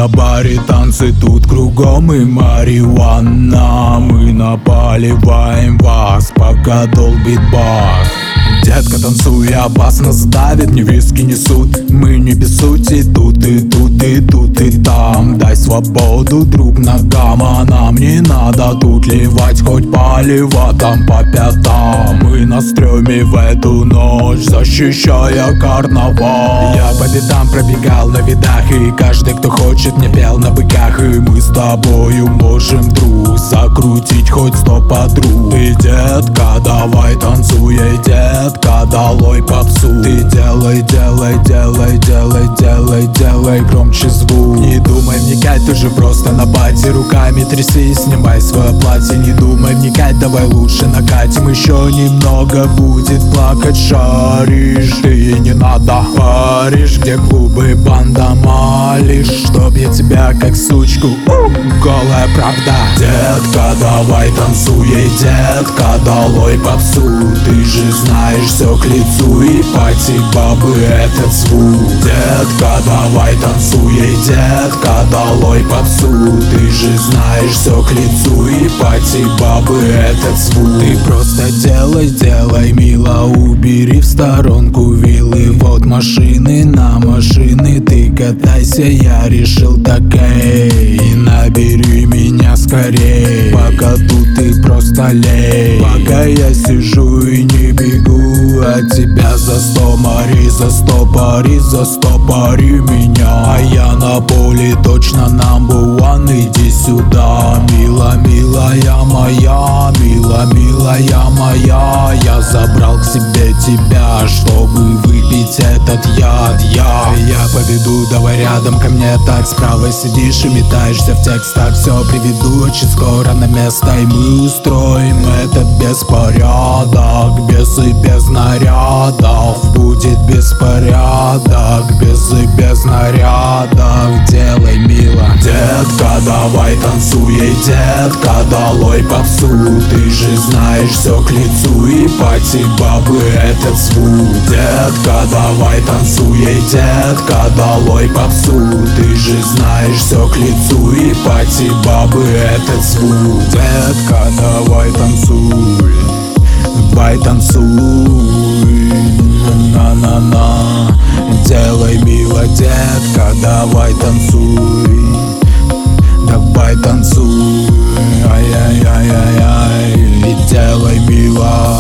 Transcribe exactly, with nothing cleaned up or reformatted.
на баре танцы, тут кругом и марихуана. Мы напаливаем вас, пока долбит бас. Детка, танцуй, опасно сдавит, мне виски несут. Мы не без сути, тут и тут и тут и там. Дай свободу друг ногам, а нам не надо тут ливать, хоть полива там по пятам. Мы на стреме в эту ночь, защищая карнавал. Я по пятам пробегал на видах, и каждый, кто хочет, мне пел на быках. И мы с тобою можем, друг, закрутить хоть сто подруг. Ты, детка, давай танцуй, эй, детка, долой попсу. Ты делай, делай, делай, делай, делай, делай громче звук. Не думай вникать, ты же просто на бате. Руками тряси, снимай свое платье. Не думай вникать, давай лучше накатим. Еще немного будет плакать, шаришь. Ты не надо паришь, где клубы, банда малишь. Чтоб я тебя как сучку, голая правда. Детка, давай танцуй, ей, детка, долой попсу. Ты же знаешь, все к лицу, и пати бабы этот звук. Детка, давай танцуй, ей, детка, долой попсу. Ты же знаешь, все к лицу, и пати бабы этот звук. Ты просто делай, делай, мило, убери в сторонку вилы. Вот машины на машины, ты катайся, я решил так, эй, набери меня скорей, пока тут ты просто лей. Пока я сижу и не бегу от тебя, застопори, застопори, застопори меня. А я на поле точно number one, иди сюда, мила, милая моя, мила, милая моя. Я забрал к себе тебя, чтобы выпить этот яд. Я, я поведу, давай рядом ко мне так. Справа сидишь и метаешься в текстах. Все приведу очень скоро на место, и мы устроим этот беспорядок. Без и без нарядов будет беспорядок. Без и без нарядов, делай, мило. Детка, давай танцуй, ей, детка, долой попсу. Ты же знаешь, все к лицу, и пати бабы этот звук. Детка, давай танцуй, ей, детка, долой попсу. Ты же знаешь, все к лицу, и пати бабы этот звук. Детка, давай танцуй, давай танцуй, на-на-на. Делай, мило, детка, давай танцуй, давай танцуй, ай-яй-яй-яй-яй. И делай, мило.